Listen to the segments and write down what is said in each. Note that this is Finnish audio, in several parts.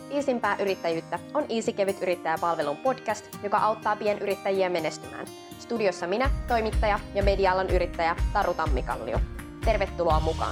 Iisimpää yrittäjyyttä on Easy Kevyt yrittäjäpalvelun podcast, joka auttaa pienyrittäjiä menestymään. Studiossa minä, toimittaja ja media-alan yrittäjä Taru Tammikallio. Tervetuloa mukaan!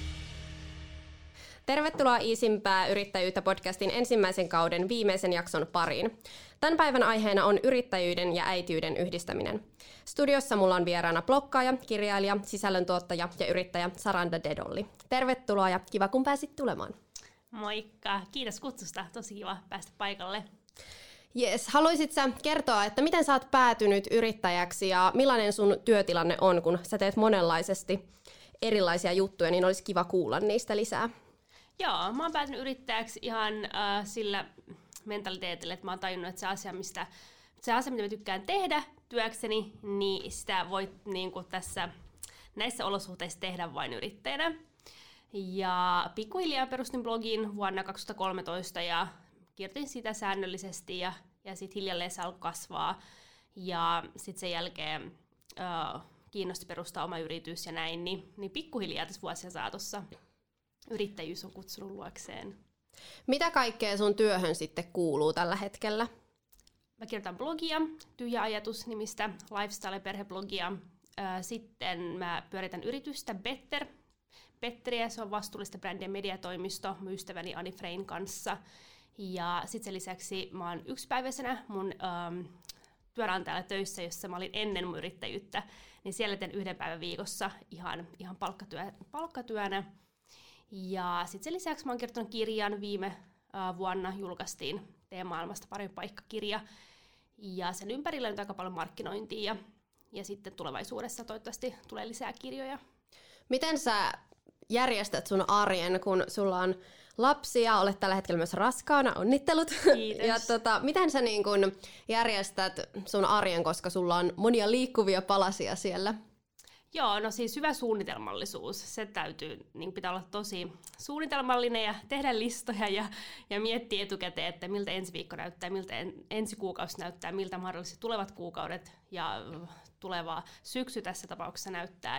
Tervetuloa Iisimpää yrittäjyyttä podcastin ensimmäisen kauden viimeisen jakson pariin. Tämän päivän aiheena on yrittäjyyden ja äitiyden yhdistäminen. Studiossa mulla on vieraana bloggaaja, kirjailija, sisällöntuottaja ja yrittäjä Saranda Dedolli. Tervetuloa ja kiva kun pääsit tulemaan. Moikka! Kiitos kutsusta. Tosi kiva päästä paikalle. Jes, haluaisit sä kertoa, että miten sä oot päätynyt yrittäjäksi ja millainen sun työtilanne on, kun sä teet monenlaisesti erilaisia juttuja, niin olisi kiva kuulla niistä lisää. Joo, mä oon päätynyt yrittäjäksi ihan sillä mentaliteetillä, että mä oon tajunnut, että se asia, mitä mä tykkään tehdä työkseni, niin sitä voi niin kuin näissä olosuhteissa tehdä vain yrittäjänä. Ja pikkuhiljaa perustin blogin vuonna 2013 ja kirjoitin sitä säännöllisesti ja sitten hiljalleen se alkoi kasvaa. Ja sitten sen jälkeen kiinnosti perustaa oma yritys ja näin, niin pikkuhiljaa tässä vuosien saatossa yrittäjyys on kutsunut luokseen. Mitä kaikkea sun työhön sitten kuuluu tällä hetkellä? Mä kirjoitan blogia, Tyhjä ajatus -nimistä lifestyle- ja perheblogia. Sitten mä pyöritän yritystä Betteriä, se on vastuullista brändien mediatoimisto mun ystäväni Ani Frein kanssa. Ja sitten sen lisäksi mä oon yksipäiväisenä mun työnantajalla töissä, jossa mä olin ennen mun yrittäjyyttä, niin siellä teen 1 päivän viikossa ihan palkkatyönä. Ja sitten sen lisäksi mä oon kirjoittanut kirjan, viime vuonna julkaistiin Tee-maailmasta parempi paikka-kirja. Ja sen ympärillä on aika paljon markkinointia ja sitten tulevaisuudessa toivottavasti tulee lisää kirjoja. Miten sä järjestät sun arjen, kun sulla on lapsia, olet tällä hetkellä myös raskaana, onnittelut. Kiitos. Ja miten sä niin kun järjestät sun arjen, koska sulla on monia liikkuvia palasia siellä? Joo, no siis hyvä suunnitelmallisuus. Se pitää olla tosi suunnitelmallinen ja tehdä listoja ja miettiä etukäteen, että miltä ensi viikko näyttää, miltä ensi kuukausi näyttää, miltä mahdollisesti tulevat kuukaudet ja tuleva syksy tässä tapauksessa näyttää.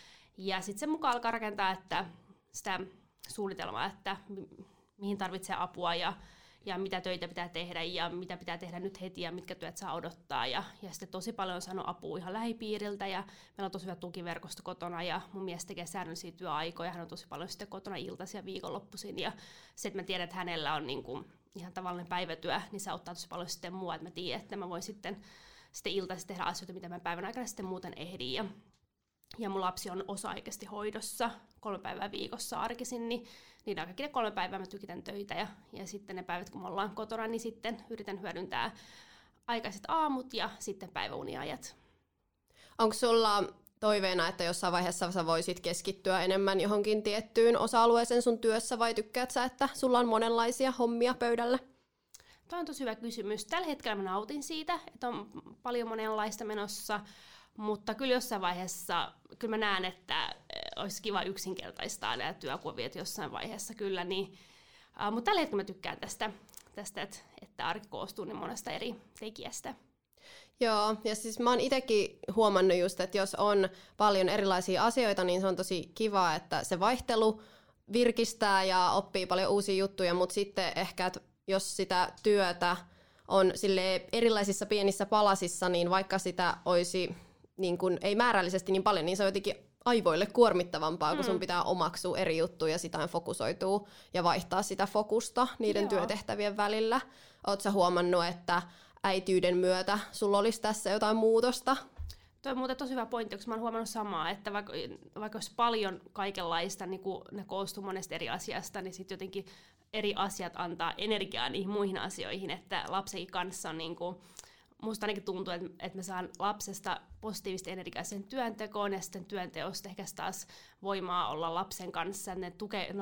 Ja sitten sen mukaan alkaa rakentaa sitä suunnitelmaa, että mihin tarvitsee apua ja mitä töitä pitää tehdä ja mitä pitää tehdä nyt heti ja mitkä työt saa odottaa. Ja sitten tosi paljon on saanut apua ihan lähipiiriltä ja meillä on tosi hyvä tukiverkosto kotona ja mun mies tekee säännöllisiä työaikoja. Hän on tosi paljon sitten kotona iltaisin ja viikonloppuisin ja se, että mä tiedän, että hänellä on niinku ihan tavallinen päivätyö, niin se auttaa tosi paljon sitten mua, että mä tiedän, että mä voin sitten iltaisin tehdä asioita, mitä mä päivän aikana sitten muuten ehdin. Ja mun lapsi on osa-aikaisesti hoidossa 3 päivää viikossa arkisin, niin kaikki ne 3 päivää mä tykitän töitä ja sitten ne päivät, kun me ollaan kotona, niin sitten yritän hyödyntää aikaiset aamut ja sitten päiväuniajat. Onko sulla toiveena, että jossain vaiheessa sä voisit keskittyä enemmän johonkin tiettyyn osa-alueeseen sun työssä vai tykkäät sä, että sulla on monenlaisia hommia pöydällä? Tämä on tosi hyvä kysymys. Tällä hetkellä mä nautin siitä, että on paljon monenlaista menossa. Mutta kyllä jossain vaiheessa, kyllä mä näen, että olisi kiva yksinkertaistaa nämä työkuviot jossain vaiheessa kyllä. Mutta tällä hetkellä mä tykkään tästä että arki koostuu niin monesta eri tekijästä. Joo, ja siis mä oon itsekin huomannut just, että jos on paljon erilaisia asioita, niin se on tosi kiva, että se vaihtelu virkistää ja oppii paljon uusia juttuja, mutta sitten ehkä, että jos sitä työtä on erilaisissa pienissä palasissa, niin vaikka sitä olisi niin kun ei määrällisesti niin paljon, niin se on jotenkin aivoille kuormittavampaa, kun sun pitää omaksua eri juttuja ja sitä fokusoituu ja vaihtaa sitä fokusta niiden työtehtävien välillä. Ootko sä huomannut, että äitiyden myötä sulla olisi tässä jotain muutosta? Tuo on muuten tosi hyvä pointti, koska mä oon huomannut samaa, että vaikka olisi paljon kaikenlaista, niin kun ne koostuu monesta eri asiasta, niin sitten jotenkin eri asiat antaa energiaa niihin muihin asioihin, että lapsenkin kanssa on niin kuin musta ainakin tuntuu, että mä saan lapsesta positiivista energiaa sen työntekoon ja sitten työnteosta ehkä taas voimaa olla lapsen kanssa. Ne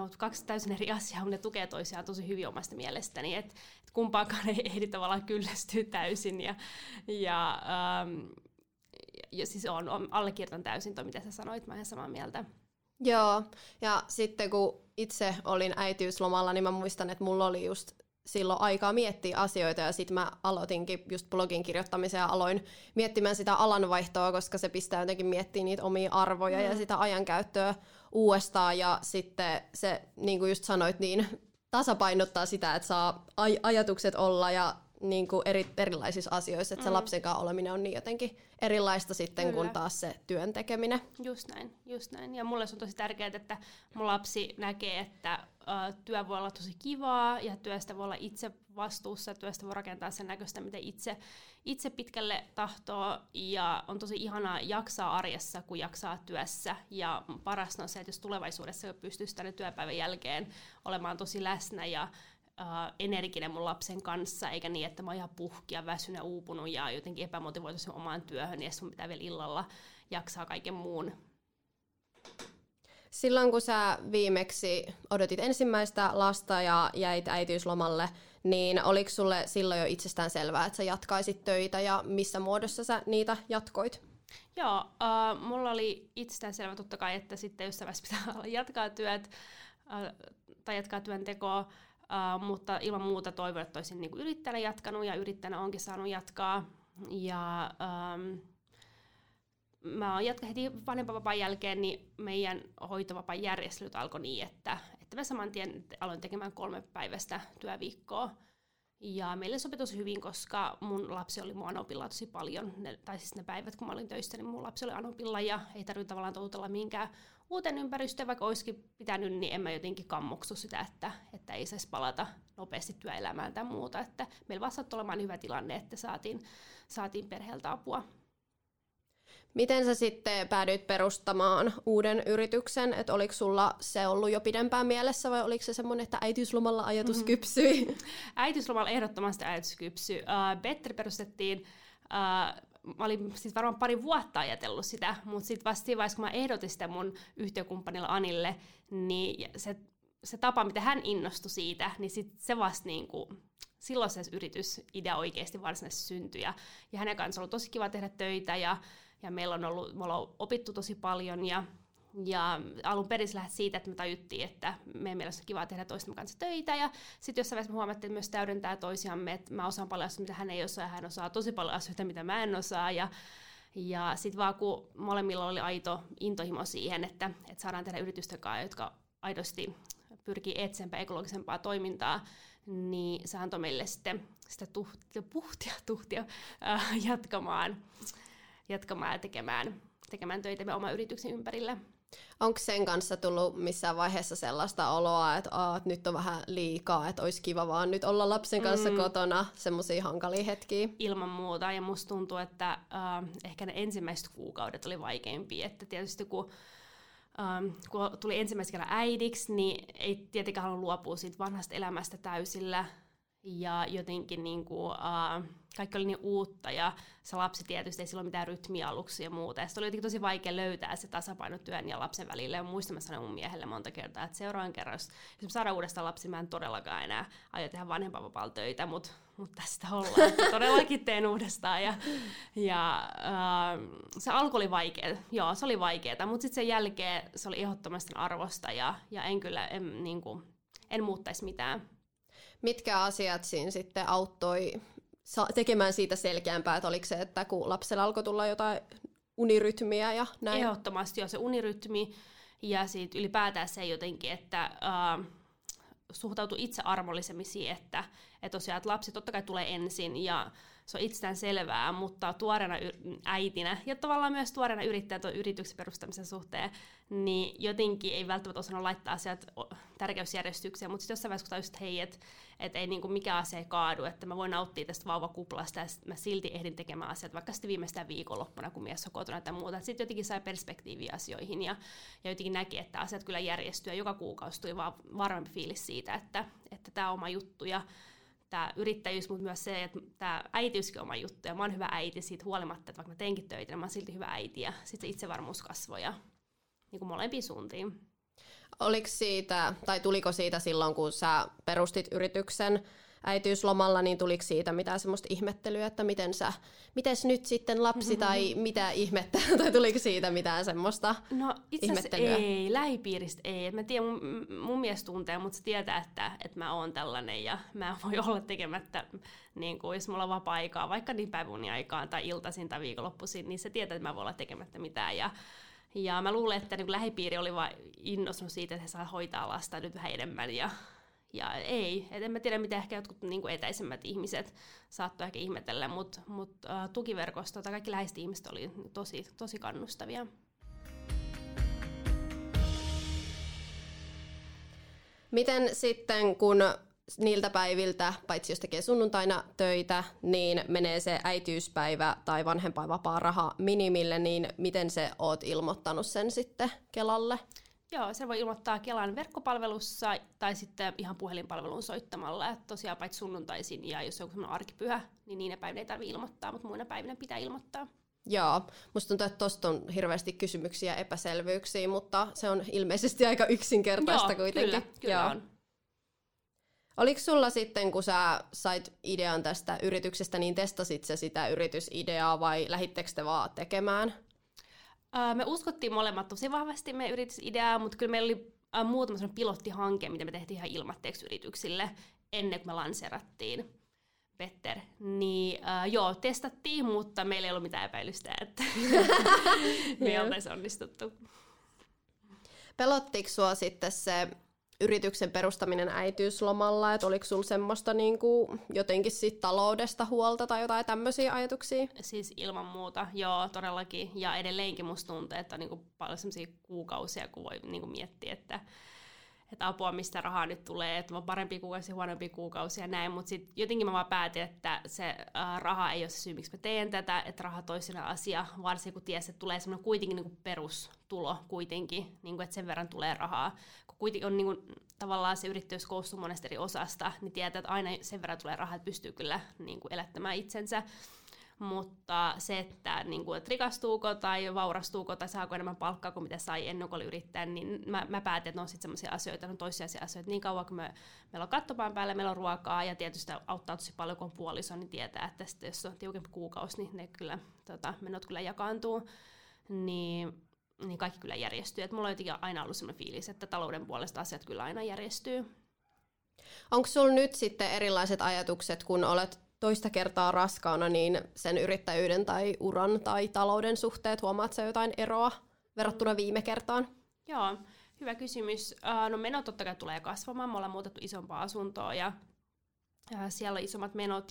2 täysin eri asiaa, mutta ne tukee toisiaan tosi hyvin omasta mielestäni, että kumpaakaan ei ehdi tavallaan kyllästyä täysin. Ja siis allekirjoitan täysin toi, mitä sä sanoit, mä oon ihan samaa mieltä. Joo, ja sitten kun itse olin äitiyslomalla, niin mä muistan, että mulla oli just silloin aikaa miettiä asioita ja sitten mä aloitinkin just blogin kirjoittamisen ja aloin miettimään sitä alanvaihtoa, koska se pistää jotenkin miettimään niitä omia arvoja ja sitä ajankäyttöä uudestaan ja sitten se, niin kuin just sanoit, niin tasapainottaa sitä, että saa ajatukset olla ja niin kuin erilaisissa asioissa, että se lapsen kanssa oleminen on niin jotenkin erilaista sitten kuin taas se työn tekeminen. Just näin. Ja mulle se on tosi tärkeää, että mun lapsi näkee, että työ voi olla tosi kivaa ja työstä voi olla itse vastuussa, työstä voi rakentaa sen näköistä, miten itse pitkälle tahtoo, ja on tosi ihanaa jaksaa arjessa, kun jaksaa työssä, ja parasta on se, että jos tulevaisuudessa pystyisi tänne työpäivän jälkeen olemaan tosi läsnä ja energinen mun lapsen kanssa, eikä niin, että mä oon ihan puhkia, väsynyt ja uupunut ja jotenkin epämotivoitu sen omaan työhön, ja sun pitää vielä illalla jaksaa kaiken muun. Silloin kun sä viimeksi odotit ensimmäistä lasta ja jäit äitiyslomalle, niin oliko sulle silloin jo itsestään selvää, että sä jatkaisit töitä ja missä muodossa sä niitä jatkoit? Joo, mulla oli itsestään selvä totta kai, että sitten jossain vaiheessa pitää jatkaa työt tai jatkaa työntekoa, mutta ilman muuta toivon, että olisin niin kuin yrittäjänä jatkanut ja yrittäjänä onkin saanut jatkaa. Ja mä heti vanhempainvapaan jälkeen, niin meidän hoitovapaan järjestelyt alkoi niin, että mä saman tien aloin tekemään 3 päivästä työviikkoa. Ja meille sopi tosi hyvin, koska mun lapsi oli mun anopilla tosi paljon. Ne päivät, kun mä olin töissä, niin mun lapsi oli anopilla ja ei tarvitse tavallaan toutella minkään uuteen ympäristöön. Vaikka olisikin pitänyt, niin en mä jotenkin kammoksu sitä, että ei saisi palata nopeasti työelämään tai muuta. Että meillä vaan sattui olemaan hyvä tilanne, että saatiin perheeltä apua. Miten sä sitten päädyit perustamaan uuden yrityksen? Et oliko sulla se ollut jo pidempään mielessä vai oliko se semmoinen, että äitiyslomalla ajatus kypsyi? Äitiyslomalla ehdottomasti ajatus kypsyi. Better perustettiin, mä olin siis varmaan 2 vuotta ajatellut sitä, mutta sitten vasta siinä vaiheessa, kun mä ehdotin sitä mun yhtiökumppanilla Anille, niin se tapa, mitä hän innostui siitä, niin se vasta niinku silloin se yritysidea oikeasti varsinaisesti syntyi. Ja hänen kanssa on ollut tosi kiva tehdä töitä ja me ollaan opittu tosi paljon ja alun perin se lähti siitä, että me tajuttiin, että meidän mielestä on kiva tehdä toistemme kanssa töitä, ja sitten jossain vaiheessa me huomattiin, että myös täydentää toisiamme, että mä osaan paljon asioita, mitä hän ei osaa, ja hän osaa tosi paljon asioita, mitä mä en osaa, ja sitten vaan kun molemmilla oli aito intohimo siihen, että saadaan tehdä yritysten kanssa, jotka aidosti pyrkii eettisempää, ekologisempaa toimintaa, niin se antoi meille sitten sitä tuhtia jatkamaan ja tekemään töitä meidän oman yrityksen ympärillä. Onko sen kanssa tullut missään vaiheessa sellaista oloa, että nyt on vähän liikaa, että olisi kiva vaan nyt olla lapsen kanssa kotona, semmoisia hankalia hetkiä? Ilman muuta, ja musta tuntuu, että ehkä ne ensimmäiset kuukaudet oli vaikeimpia, että tietysti kun tuli ensimmäisen kerran äidiksi, niin ei tietenkään halua luopua siitä vanhasta elämästä täysillä, ja jotenkin kaikki oli niin uutta, ja se lapsi tietysti ei silloin mitään rytmiä aluksi ja muuta. Ja sitten oli jotenkin tosi vaikea löytää se tasapaino työn ja lapsen välillä. Ja muistan, mä sanoin mun miehelle monta kertaa, että seuraavan kerran, jos me saadaan uudestaan lapsi, mä en todellakaan enää aio tehdä vanhempainvapaalla töitä, mutta tästä ollaan, että todellakin teen uudestaan. Ja se alku oli vaikea, joo, se oli vaikeaa, mutta sitten sen jälkeen se oli ehdottomasti arvosta, ja en muuttaisi mitään. Mitkä asiat siinä sitten auttoi tekemään siitä selkeämpää, että oliko se, että kun lapsella alkoi tulla jotain unirytmiä ja näin? Ehdottomasti jo se unirytmi, ja siitä ylipäätään se jotenkin, että suhtautui itse armollisemmin siihen, että tosiaan että lapsi totta kai tulee ensin ja se on itsestään selvää, mutta tuoreena äitinä ja tavallaan myös tuoreena yrittäjä tuon yrityksen perustamisen suhteen, niin jotenkin ei välttämättä osannut laittaa asiat tärkeysjärjestykseen, mutta sitten jossain vaiheessa kun tajusin, että hei, että ei niinku mikään asia kaadu, että mä voin nauttia tästä vauvakuplasta ja mä silti ehdin tekemään asiat, vaikka sitten viimeistään viikonloppuna, kun mies on kotona tai muuta. Sitten jotenkin sai perspektiiviä asioihin ja jotenkin näki, että asiat kyllä järjestyy ja joka kuukausi tuli vaan varmempi fiilis siitä, että tämä on oma juttu ja tämä yrittäjyys, mutta myös se, että tämä äitiyskin on oma juttu ja mä oon hyvä äiti siitä huolimatta, että vaikka mä teinkin töitä, niin mä oon silti hyvä äiti ja sitten se itsevarmuus kasvoi ja niin kuin molempiin suuntiin. Oliko siitä, tai tuliko siitä silloin, kun sä perustit yrityksen äitiyslomalla, niin tuliko siitä mitään semmoista ihmettelyä, että mites nyt sitten lapsi tai mitä ihmettä, tai tuliko siitä mitään semmoista ihmettelyä? No itse ei, lähipiiristä ei. Mä tiedän, mun mies tuntee, mutta se tietää, että mä oon tällainen ja mä voi olla tekemättä, niin kuin jos mulla on vapaa-aikaa, vaikka niin päiväuniaikaan tai iltaisin tai viikonloppuisin, niin se tietää, että mä voin olla tekemättä mitään. Ja mä luulen, että niin lähipiiri oli vaan innostunut siitä, että he saa hoitaa lasta nyt vähän enemmän. Ja ei, et en mä tiedä mitä ehkä jotkut niinku etäisemmät ihmiset saattoi ehkä ihmetellä, mutta tukiverkosto tai kaikki läheiset ihmiset oli tosi kannustavia. Miten sitten, kun niiltä päiviltä, paitsi jos tekee sunnuntaina töitä, niin menee se äitiyspäivä tai vanhempainvapaaraha minimille, niin miten se oot ilmoittanut sen sitten Kelalle? Joo, se voi ilmoittaa Kelan verkkopalvelussa tai sitten ihan puhelinpalvelun soittamalla. Et tosiaan paitsi sunnuntaisin ja jos on joku arkipyhä, niin niinä päivinä ei tarvitse ilmoittaa, mutta muina päivinä pitää ilmoittaa. Joo, musta tuntuu, että tosta on hirveästi kysymyksiä ja epäselvyyksiä, mutta se on ilmeisesti aika yksinkertaista kuitenkin. Kyllä on. Oliko sulla sitten, kun sä sait idean tästä yrityksestä, niin testasit sä sitä yritysideaa vai lähittekö te vaan tekemään? Me uskottiin molemmat tosi vahvasti meidän yritysideaa, mutta kyllä meillä oli muutama sellainen pilottihanke, mitä me tehtiin ihan ilmatteeksi yrityksille ennen kuin me lanseerattiin Better. Niin joo, testattiin, mutta meillä ei ollut mitään epäilystä, että me ei oltaisi onnistuttu. Pelottiko sua sitten se yrityksen perustaminen äitiyslomalla, että oliko sulla semmoista niinku jotenkin siitä taloudesta huolta tai jotain tämmöisiä ajatuksia? Siis ilman muuta, joo, todellakin. Ja edelleenkin musta tuntuu, että on niinku paljon semmoisia kuukausia, kun voi niinku miettiä, että apua, mistä rahaa nyt tulee, että on parempia kuukausia, huonompia kuukausia ja näin, mutta sitten jotenkin mä vaan päätin, että se raha ei ole se syy, miksi mä teen tätä, että raha toisena asia, varsinkin kun tiesi, että tulee semmoinen kuitenkin niin kuin perustulo kuitenkin, niin kuin, että sen verran tulee rahaa. Kun kuitenkin on niin kuin, tavallaan se yrittäjyys koostuu monesta eri osasta, niin tietää, että aina sen verran tulee rahaa, että pystyy kyllä niin kuin elättämään itsensä. Mutta se, että rikastuuko tai vaurastuuko tai saako enemmän palkkaa kuin mitä sai ennen kuin oli yrittäjä, niin mä päätin, että ne on sitten sellaisia asioita, ne on toissijaisia asioita. Niin kauan kuin meillä on kattopaan päällä, meillä on ruokaa ja tietysti auttaa tosi paljon, kun on puoliso, niin tietää, että sitten, jos on tiukempi kuukausi, niin ne kyllä, menot kyllä jakaantuu. Niin kaikki kyllä järjestyy. Et mulla on jotenkin aina ollut sellainen fiilis, että talouden puolesta asiat kyllä aina järjestyy. Onko sulla nyt sitten erilaiset ajatukset, kun olet toista kertaa raskaana, niin sen yrittäjyyden tai uran tai talouden suhteet, huomaatko sä jotain eroa verrattuna viime kertaan? Joo, hyvä kysymys. No menot totta kai tulee kasvamaan. Me ollaan muutettu isompaa asuntoa ja siellä on isommat menot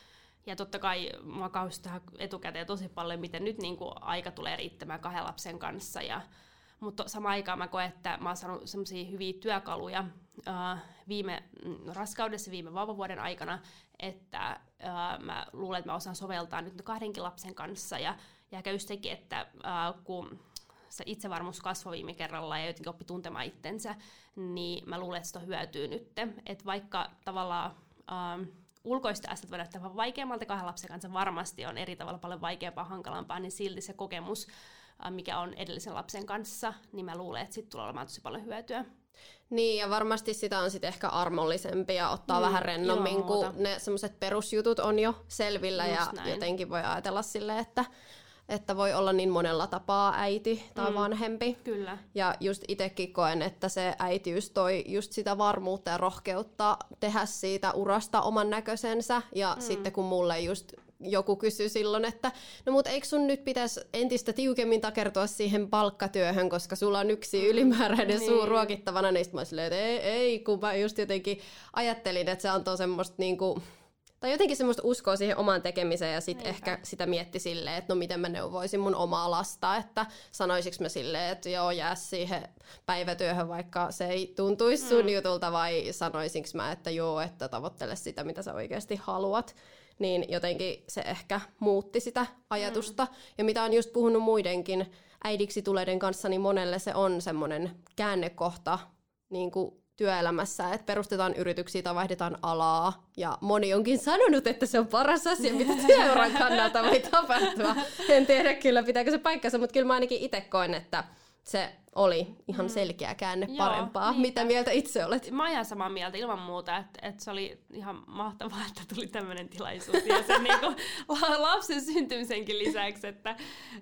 ja totta kai mua kauhistaa etukäteen tosi paljon, miten nyt niin kuin aika tulee riittämään 2 lapsen kanssa. Mutta samaan aikaan mä koen, että mä oon saanut semmoisia hyviä työkaluja viime raskaudessa, viime vauvavuoden aikana, että mä luulen, että mä osaan soveltaa nyt 2 lapsen kanssa. Ja ehkä just sekin, että kun se itsevarmuus kasvoi viime kerralla ja jotenkin oppi tuntemaan itsensä, niin mä luulen, että sitä hyötyy nyt. Että vaikka tavallaan ulkoista asiat voi näyttää vaikeammalta 2 lapsen kanssa, varmasti on eri tavalla paljon vaikeampaa, hankalampaa, niin silti se kokemus, mikä on edellisen lapsen kanssa, niin mä luulen, että siitä tulee olemaan tosi paljon hyötyä. Niin, ja varmasti sitä on sitten ehkä armollisempi ja ottaa vähän rennommin, kun ne semmoiset perusjutut on jo selvillä. Just ja näin. Jotenkin voi ajatella silleen, että voi olla niin monella tapaa äiti tai vanhempi. Kyllä. Ja just itsekin koen, että se äitiys toi just sitä varmuutta ja rohkeutta tehdä siitä urasta oman näköisensä. Ja sitten kun mulle just joku kysyi silloin, että no mut eikö sun nyt pitäisi entistä tiukemmin takertua siihen palkkatyöhön, koska sulla on yksi ylimääräinen suu ruokittavana, niin sitten mä silleen, että ei, kun mä just jotenkin ajattelin, että se antoi semmoista niinku, tai jotenkin semmoista uskoa siihen omaan tekemiseen ja sitten ehkä sitä mietti silleen, että no miten mä neuvoisin mun omaa lasta, että sanoisinko mä silleen, että joo jää siihen päivätyöhön, vaikka se ei tuntuisi sun jutulta, vai sanoisinko mä, että joo, että tavoittele sitä, mitä sä oikeasti haluat. Niin jotenkin se ehkä muutti sitä ajatusta. Ja mitä on just puhunut muidenkin äidiksi tuleiden kanssa, niin monelle se on semmoinen käännekohta niin kuin työelämässä, että perustetaan yrityksiä tai vaihdetaan alaa. Ja moni onkin sanonut, että se on paras asia, mitä työuran kannalta voi tapahtua. En tiedä kyllä, pitääkö se paikkansa, mutta kyllä mä ainakin itse koen, että se oli ihan selkeä käänne parempaa. Niinpä. Mitä mieltä itse olet? Mä oon ihan samaa mieltä ilman muuta, että se oli ihan mahtavaa, että tuli tämmöinen tilaisuus. Ja sen niinku lapsen syntymisenkin lisäksi, että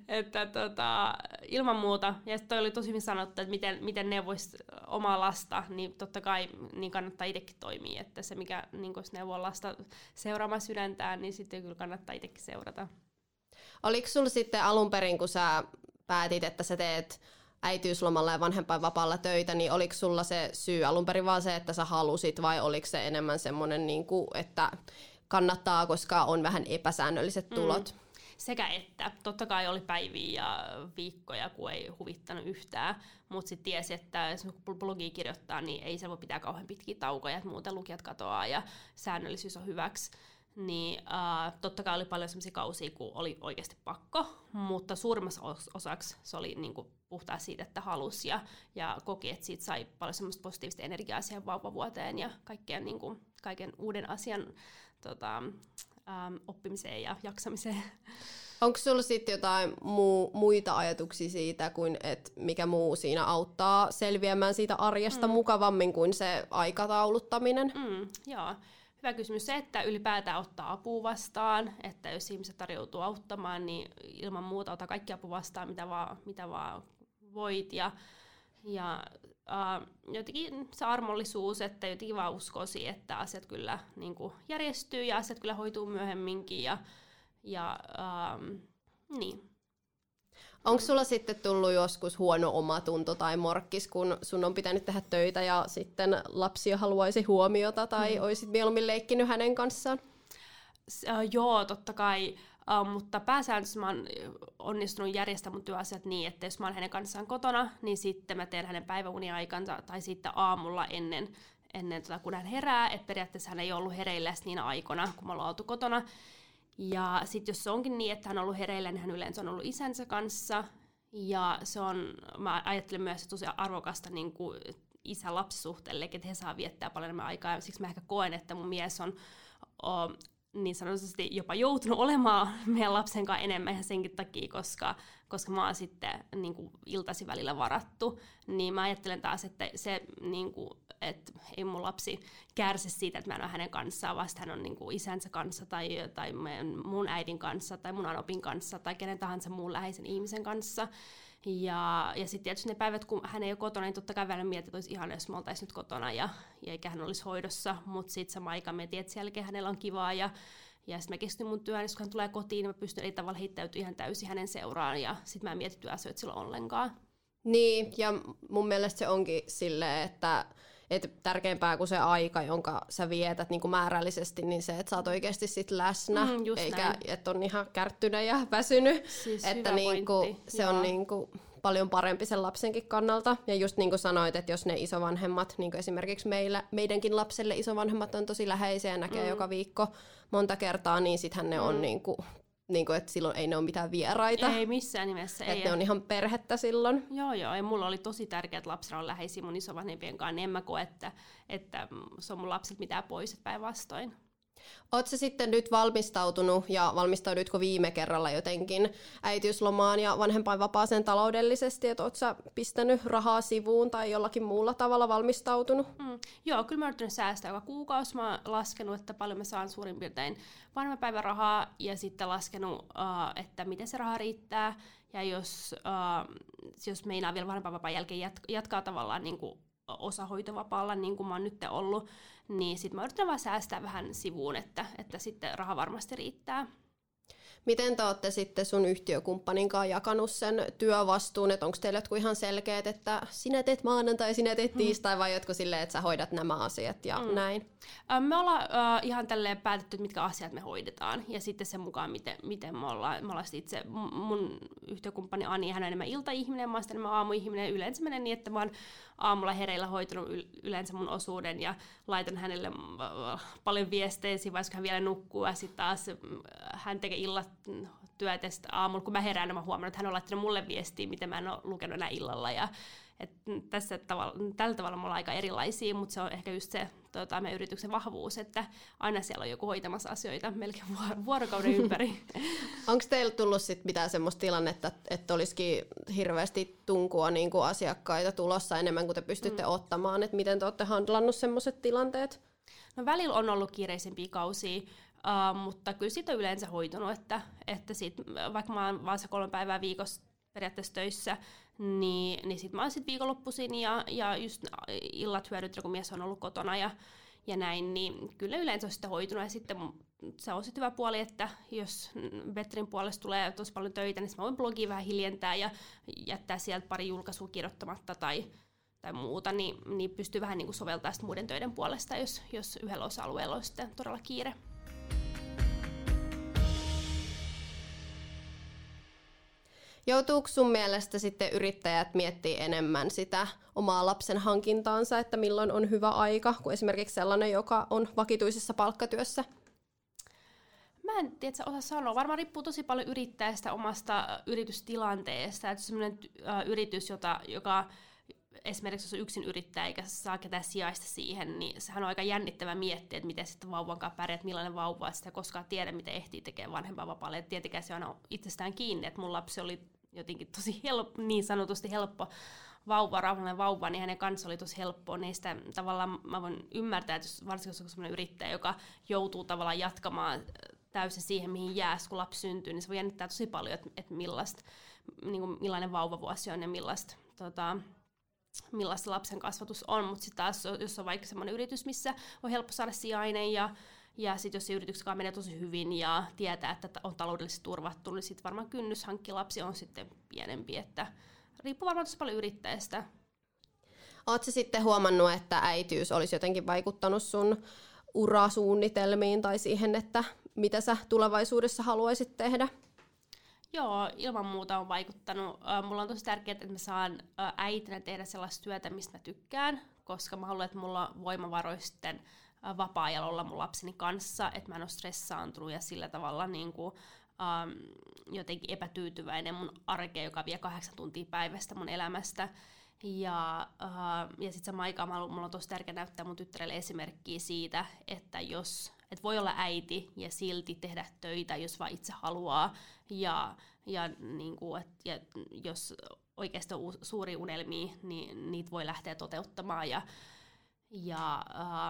ilman muuta. Ja toi oli tosi hyvin sanottu, että miten neuvoisi omaa lasta, niin totta kai niin kannattaa itsekin toimia. Että se, mikä niin jos neuvoo lasta seuraamaan sydäntään, niin sitten kyllä kannattaa itsekin seurata. Oliko sulla sitten alun perin, kun sä päätit, että sä teet äitiyslomalla ja vanhempainvapaalla töitä, niin oliko sulla se syy alun perin vaan se, että sä halusit, vai oliko se enemmän semmoinen, niin kuin, että kannattaa, koska on vähän epäsäännölliset tulot? Sekä että. Totta kai oli päiviä ja viikkoja, kun ei huvittanut yhtään, mutta sitten tiesi, että jos blogia kirjoittaa, niin ei se voi pitää kauhean pitkiä taukoja, että muuten lukijat katoaa ja säännöllisyys on hyväksi. Niin totta kai oli paljon sellaisia kausia, kun oli oikeasti pakko, mutta suurimmassa osaksi se oli niinku puhtaa siitä, että halusi ja koki, että siitä sai paljon semmoista positiivista energiaa siihen vauvavuoteen ja kaiken uuden asian oppimiseen ja jaksamiseen. Onko sulla sitten jotain muita ajatuksia siitä, kuin että mikä muu siinä auttaa selviämään siitä arjesta mukavammin kuin se aikatauluttaminen? Joo. Hyvä kysymys se, että ylipäätään ottaa apua vastaan, että jos ihmiset tarjoutuu auttamaan, niin ilman muuta ota kaikki apu vastaan, mitä vaan voit. Ja jotenkin se armollisuus, että jotenkin vaan uskoo siihen, että asiat kyllä niin kuin järjestyy ja asiat kyllä hoituu myöhemminkin. Niin. Onko sulla sitten tullut joskus huono omatunto tai morkkis, kun sun on pitänyt tehdä töitä ja sitten lapsi haluaisi huomiota tai olisit mieluummin leikkinyt hänen kanssaan? Joo, totta kai. Mutta pääsääntöisesti mä oon onnistunut järjestämään mun työasiat niin, että jos mä oon hänen kanssaan kotona, niin sitten mä teen hänen päiväuniaikansa tai sitten aamulla ennen kun hän herää. Että periaatteessa hän ei ollut hereillä niinä aikoina, kun me ollaan oltu kotona. Ja sitten jos se onkin niin, että hän on ollut hereillä, niin hän yleensä on ollut isänsä kanssa. Ja mä ajattelen myös, että tosi arvokasta niin kuin isä-lapsisuhteelle, että he saa viettää paljon enemmän aikaa. Ja siksi mä ehkä koen, että mun mies on niin sanotusti jopa joutunut olemaan meidän lapsen kanssa enemmän ihan senkin takia, koska mä oon sitten niin kuin iltasi välillä varattu. Niin mä ajattelen taas, että se niin kuin, että ei mun lapsi kärsi siitä, että mä en ole hänen kanssaan, vaan hän on niin kuin isänsä kanssa tai mun äidin kanssa tai mun anopin kanssa tai kenen tahansa muun läheisen ihmisen kanssa. Ja sitten tietysti ne päivät, kun hän ei ole kotona, niin totta kai välillä mietin, että olisi ihana, jos me oltaisiin nyt kotona ja eikä hän olisi hoidossa, mutta sitten samaan aikaan mietin, että sen jälkeen hänellä on kivaa ja sitten mä kestyn mun työn, ja kun hän tulee kotiin, niin mä pystyn eri tavalla heittäytymään ihan täysin hänen seuraan ja sitten mä en mieti työasioita silloin ollenkaan. Niin, ja mun mielestä se onkin silleen, että tärkeämpää kuin se aika, jonka sä vietät niin kuin määrällisesti, niin se, että sä oot oikeasti sit läsnä, eikä että on ihan kärttynyt ja väsynyt. Siis että niin kuin, se on niin kuin paljon parempi sen lapsenkin kannalta. Ja just niin kuin sanoit, että jos ne isovanhemmat, niin kuin esimerkiksi meidänkin lapselle isovanhemmat on tosi läheisiä ja näkee joka viikko monta kertaa, niin sittenhän ne on niin kuin, että silloin ei ne ole mitään vieraita. Ei missään nimessä. Että ne on ihan perhettä silloin. Joo, ja mulla oli tosi tärkeää, että lapsilla on läheisiä mun isovanhempien kanssa, niin en mä koe, että se on mun lapset mitään pois, että päinvastoin. Ootko sä sitten nyt valmistautunut ja valmistaudutko viime kerralla jotenkin äitiyslomaan ja vanhempainvapaaseen taloudellisesti, että ootko sä pistänyt rahaa sivuun tai jollakin muulla tavalla valmistautunut? Joo, kyllä mä oon yrittänyt säästää joka kuukausi. Mä oon laskenut, että paljon mä saan suurin piirtein vanhempainpäivärahaa ja sitten laskenut, että miten se raha riittää. Ja jos meinaa vielä vanhempainvapaan jälkeen jatkaa tavallaan niin kuin osahoitovapaalla, niin kuin mä oon nyt ollut, niin sitten mä yritän vaan säästää vähän sivuun, että sitten raha varmasti riittää. Miten te olette sitten sun yhtiökumppanin kanssa jakanut sen työvastuun, että onko teillä jotkut ihan selkeät, että sinä teet maanantai, sinä teet tiistai, vai jotkut silleen, että sä hoidat nämä asiat ja näin? Me ollaan ihan tälleen päätetty, mitkä asiat me hoidetaan, ja sitten sen mukaan, miten me ollaan itse, mun yhtiökumppani Ani, hän on enemmän iltaihminen, mä oon enemmän aamuihminen, yleensä menee niin, että mä oon aamulla hereillä hoitanut yleensä mun osuuden, ja laitan hänelle paljon viestejä, vaikka hän vielä nukkuu, ja sitten taas hän tekee illat työtä aamulla, kun mä herään, niin mä huomannut, että hän on laittanut mulle viestiä, mitä mä en ole lukenut enää illalla. Ja, tällä tavalla me ollaan aika erilaisia, mutta se on ehkä just se meidän yrityksen vahvuus, että aina siellä on joku hoitamassa asioita melkein vuorokauden ympäri. Onko teillä tullut sit mitään semmoista tilannetta, että olisikin hirveästi tunkua niin kuin asiakkaita tulossa enemmän kuin te pystytte ottamaan, että miten te olette handlannut semmoiset tilanteet? No välillä on ollut kiireisempiä kausia, mutta kyllä siitä on yleensä hoitunut, että sit, vaikka mä oon vaan se 3 päivää viikossa periaatteessa töissä, niin sit mä oon sit viikonloppuisin ja just illat hyödyt, kun mies on ollut kotona ja näin, niin kyllä yleensä on sitten hoitunut. Ja sitten se on sitten hyvä puoli, että jos Betterin puolesta tulee tosi paljon töitä, niin mä voin blogia vähän hiljentää ja jättää sieltä pari julkaisua kirjoittamatta tai muuta, niin pystyy vähän niin kuin soveltamaan muiden töiden puolesta, jos yhdellä osa-alueella on sitten todella kiire. Joutuuko sun mielestä sitten yrittäjät miettii enemmän sitä omaa lapsen hankintaansa, että milloin on hyvä aika, kuin esimerkiksi sellainen, joka on vakituisessa palkkatyössä? Mä en tiedä, osaa sanoa. Varmaan riippuu tosi paljon yrittäjästä omasta yritystilanteesta. Että sellainen yritys, joka esimerkiksi jos on yksin yrittäjä eikä saa ketään sijaista siihen, niin sehän on aika jännittävä miettiä, että miten sitten vauvan kanssa pärjät, millainen vauva, sitä koskaan tiedä, miten ehtii tekemään vanhempainvapaalle. Tietenkään se on aina itsestään kiinni, että mun lapsi oli jotenkin tosi niin sanotusti helppo vauva, rauhallinen vauva, niin hänen kanssa oli tosi helppoa. Niin sitä tavallaan mä voin ymmärtää, että varsinkin jos on sellainen yrittäjä, joka joutuu tavallaan jatkamaan täysin siihen, mihin jääs, kun lapsi syntyy, niin se voi jännittää tosi paljon, että millainen vauvavuosi on ja millaista lapsen kasvatus on, mutta sitten taas jos on vaikka semmoinen yritys, missä on helppo saada sijainen ja sitten jos se yrityksessä menee tosi hyvin ja tietää, että on taloudellisesti turvattu, niin sitten varmaan kynnys hankkia lapsi on sitten pienempi, että riippuu varmaan tosi paljon yrittäjästä. Oletko sitten huomannut, että äitiys olisi jotenkin vaikuttanut sun urasuunnitelmiin tai siihen, että mitä sä tulevaisuudessa haluaisit tehdä? Joo, ilman muuta on vaikuttanut. Mulla on tosi tärkeää, että mä saan äitinä tehdä sellaista työtä, mistä mä tykkään, koska mä haluan, että mulla on voimavaroja sitten vapaa-ajalla olla mun lapseni kanssa, että mä en ole stressaantunut ja sillä tavalla niin kuin, jotenkin epätyytyväinen mun arkeen, joka vie 8 tuntia päivästä mun elämästä. Ja sitten samaan aikaan mulla on tosi tärkeää näyttää mun tyttärelle esimerkkiä siitä, että voi olla äiti ja silti tehdä töitä, jos vaan itse haluaa. Ja jos oikeasti on suuria unelmia, niin niitä voi lähteä toteuttamaan. Ja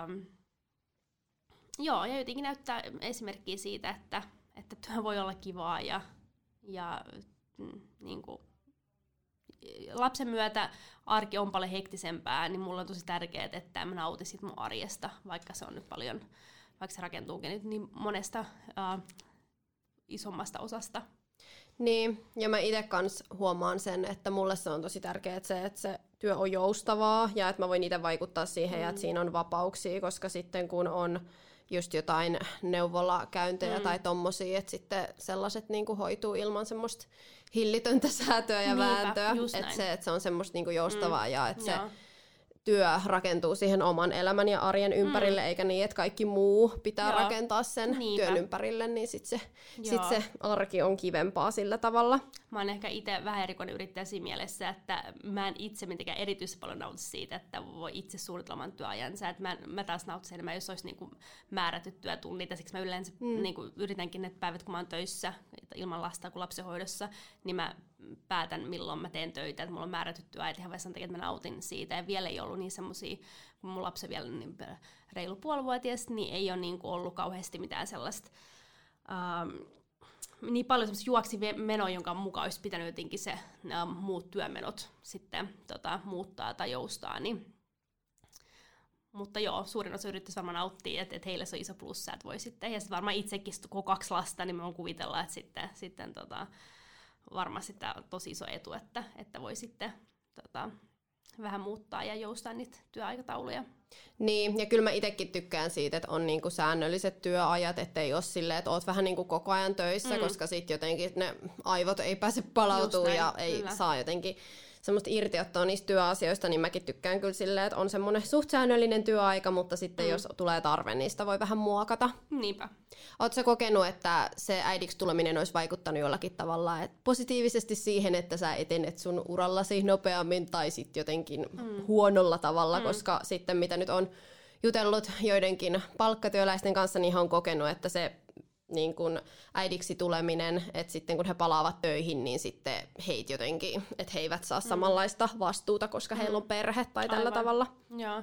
jotenkin näyttää esimerkkiä siitä, että työ voi olla kivaa ja niin kuin, lapsen myötä arki on paljon hektisempää, niin mulla on tosi tärkeää, että mä nautin sit mun arjesta, vaikka se on nyt paljon, vaikka se rakentuukin nyt niin monesta isommasta osasta. Niin, ja mä itse kans huomaan sen, että mulle se on tosi tärkeää, että se työ on joustavaa ja että mä voin itse vaikuttaa siihen ja että siinä on vapauksia, koska sitten kun on just jotain neuvolakäyntejä tai tommosia, että sitten sellaiset niinku hoituu ilman semmoista hillitöntä säätöä ja vääntöä, että se on semmoista niinku joustavaa ja että se työ rakentuu siihen oman elämän ja arjen ympärille, eikä niin, että kaikki muu pitää rakentaa sen työn ympärille, niin sit se arki on kivempaa sillä tavalla. Mä oon ehkä itse vähän erikoinen yrittäjä siinä mielessä, että mä en itse mitenkään erityisen paljon nauti siitä, että voi itse suunnitella oman työajansa. Että mä taas nautisin enemmän, jos olisi niinku määrätyt työtunnit, ja siksi mä yleensä niinku yritänkin ne päivät, kun mä oon töissä ilman lasta kuin lapsenhoidossa, niin mä päätän, milloin mä teen töitä, että mulla on määrätyt työajat ihan sen takia, että mä nautin siitä. Ja vielä ei ollut niin semmosia, kun mun lapsi vielä niin reilu puolivuotias, niin ei ole niin ollut kauheasti mitään sellaista niin paljon semmoista juoksimenoa, jonka mukaan olisi pitänyt jotenkin se muut työmenot sitten muuttaa tai joustaa. Niin. Mutta joo, suurin osa yrittäjistä varmaan nauttii, että heille se on iso plussa, että voi sitten. Ja sitten varmaan itsekin, kun 2 lasta, niin me on kuvitella, että sitten varmasti tämä on tosi iso etu, että voi sitten vähän muuttaa ja joustaa niitä työaikatauluja. Niin, ja kyllä mä itsekin tykkään siitä, että on niinku säännölliset työajat, ettei ole silleen, että oot vähän niinku koko ajan töissä, koska sitten jotenkin ne aivot ei pääse palautumaan ja ei saa jotenkin semmoista irtiottoa niistä työasioista, niin mäkin tykkään kyllä silleen, että on semmoinen suht säännöllinen työaika, mutta sitten jos tulee tarve, niin sitä voi vähän muokata. Niinpä. Ootko sä kokenut, että se äidiksi tuleminen olisi vaikuttanut jollakin tavalla positiivisesti siihen, että sä etenet sun urallasi nopeammin tai sitten jotenkin huonolla tavalla, koska sitten mitä nyt on jutellut joidenkin palkkatyöläisten kanssa, niin on kokenut, että se niin kun äidiksi tuleminen, että sitten kun he palaavat töihin, niin sitten heitä jotenkin, että he eivät saa samanlaista vastuuta, koska heillä on perhe tai tällä tavalla. Joo.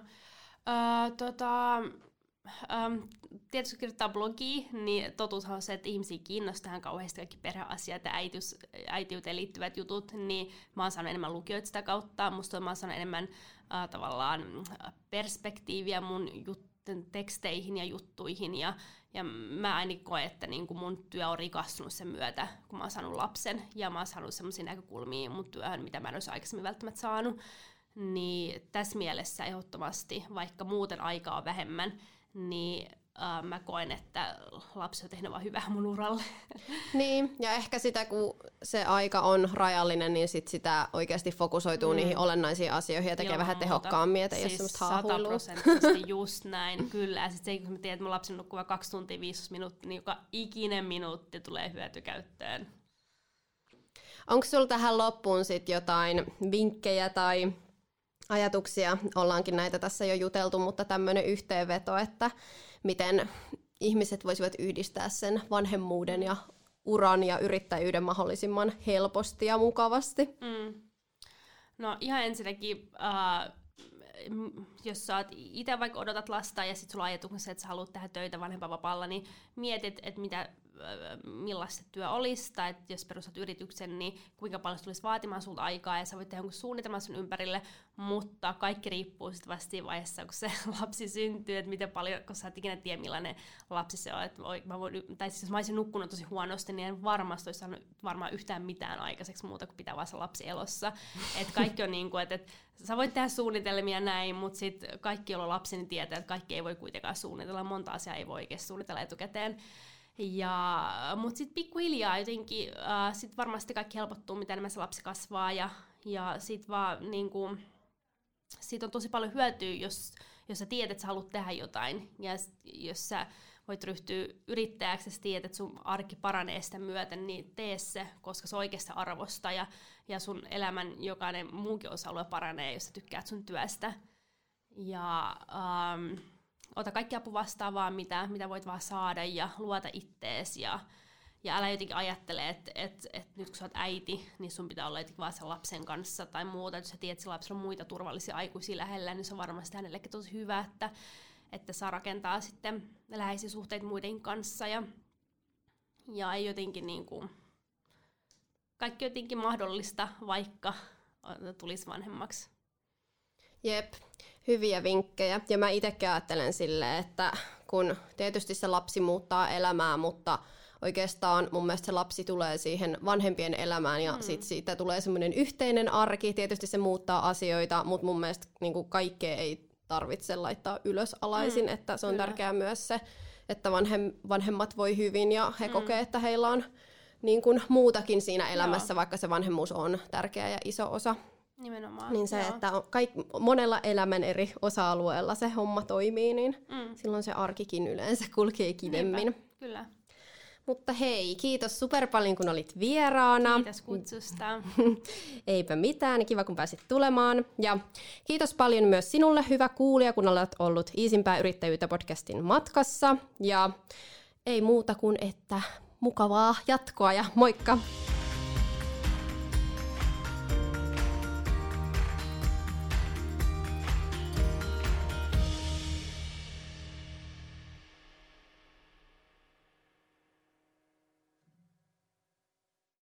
Tietysti kirjoittaa blogia, niin totuushan on se, että ihmisiä kiinnostaa kauheasti kaikki perheasiat ja äitiyteen liittyvät jutut, niin mä oon saanut enemmän lukijoita sitä kautta. Musta mä oon saanut enemmän tavallaan perspektiiviä mun lasten teksteihin ja juttuihin. Ja mä ainakin koen, että niin kuin mun työ on rikastunut sen myötä, kun mä oon saanut lapsen. Ja mä oon saanut semmoisia näkökulmia mun työhön, mitä mä en olisi aikaisemmin välttämättä saanut. Niin tässä mielessä ehdottomasti, vaikka muuten aikaa on vähemmän, niin mä koen, että lapsi on tehnyt vaan hyvää mun uralle. Niin, ja ehkä sitä, kun se aika on rajallinen, niin sit sitä oikeasti fokusoituu niihin olennaisiin asioihin ja tekee vähän tehokkaammin, että ei ole semmoista haahuilua. 100% just näin, kyllä. Ja sitten se, kun mä tiedän, että mun lapsi nukkuu 2 tuntia 15 minuuttia, niin joka ikinen minuutti tulee hyötykäyttöön. Onko sulla tähän loppuun sit jotain vinkkejä tai ajatuksia? Ollaankin näitä tässä jo juteltu, mutta tämmöinen yhteenveto, että miten ihmiset voisivat yhdistää sen vanhemmuuden ja uran ja yrittäjyyden mahdollisimman helposti ja mukavasti? No ihan ensinnäkin, jos sä oot itse vaikka odotat lasta ja sit sulla on ajatuksena, että sä haluat tehdä töitä vanhempainvapaalla, niin mietit, että millaista se työ olisi, tai että jos perustat yrityksen, niin kuinka paljon se tulisi vaatimaan sulta aikaa, ja sä voit tehdä jonkun suunnitelman sun ympärille, mutta kaikki riippuu sitten vasta siinä vaiheessa, kun se lapsi syntyy, että miten paljon, kun sä et ikinä tiedä, millainen lapsi se on. Tai siis jos mä olisin nukkunut tosi huonosti, niin en varmasti olisi saanut varmaan yhtään mitään aikaiseksi muuta kuin pitää vaan se lapsi elossa. Että kaikki on niin kuin, että sä voit tehdä suunnitelmia näin, mutta sitten kaikki, joilla on lapsi, niin tietää, että kaikki ei voi kuitenkaan suunnitella, monta asiaa ei voi oikeasti suunnitella etukäteen. Mutta sitten pikkuhiljaa jotenkin sit varmasti kaikki helpottuu, mitä enemmän se lapsi kasvaa ja sit vaan niinku, siitä on tosi paljon hyötyä, jos sä tiedät, että sä haluat tehdä jotain ja jos sä voit ryhtyä yrittäjäksi ja sä tiedät, että sun arki paranee sitä myöten, niin tee se, koska se on oikeasta arvosta ja sun elämän jokainen muukin osa-alue paranee, jos sä tykkäät sun työstä. Ja ota kaikki apu vastaan vaan, mitä voit vaan saada ja luota ittees ja älä jotenkin ajattele, että nyt kun sä oot äiti, niin sun pitää olla jotenkin vaan sen lapsen kanssa tai muuta. Jos sä tiedät, että se lapsella on muita turvallisia aikuisia lähellä, niin se on varmasti hänellekin tosi hyvä, että saa rakentaa sitten läheisiä suhteita muiden kanssa ja ei jotenkin niin kuin, kaikki jotenkin mahdollista, vaikka tulisi vanhemmaksi. Jep, hyviä vinkkejä. Ja mä itsekin ajattelen silleen, että kun tietysti se lapsi muuttaa elämää, mutta oikeastaan mun mielestä se lapsi tulee siihen vanhempien elämään ja sit siitä tulee semmoinen yhteinen arki. Tietysti se muuttaa asioita, mutta mun mielestä niin kuin kaikkea ei tarvitse laittaa ylös alaisin, että se on tärkeää myös se, että vanhemmat voi hyvin ja he kokee, että heillä on niin kuin muutakin siinä elämässä, vaikka se vanhemmuus on tärkeä ja iso osa. Nimenomaan. Niin se, että monella elämän eri osa-alueella se homma toimii, niin silloin se arkikin yleensä kulkee kivemmin. Niinpä, kyllä. Mutta hei, kiitos super paljon kun olit vieraana. Kiitos kutsusta. Eipä mitään, kiva kun pääsit tulemaan. Ja kiitos paljon myös sinulle, hyvä kuulija, kun olet ollut Iisimpää yrittäjyyttä podcastin matkassa. Ja ei muuta kuin, että mukavaa jatkoa ja moikka!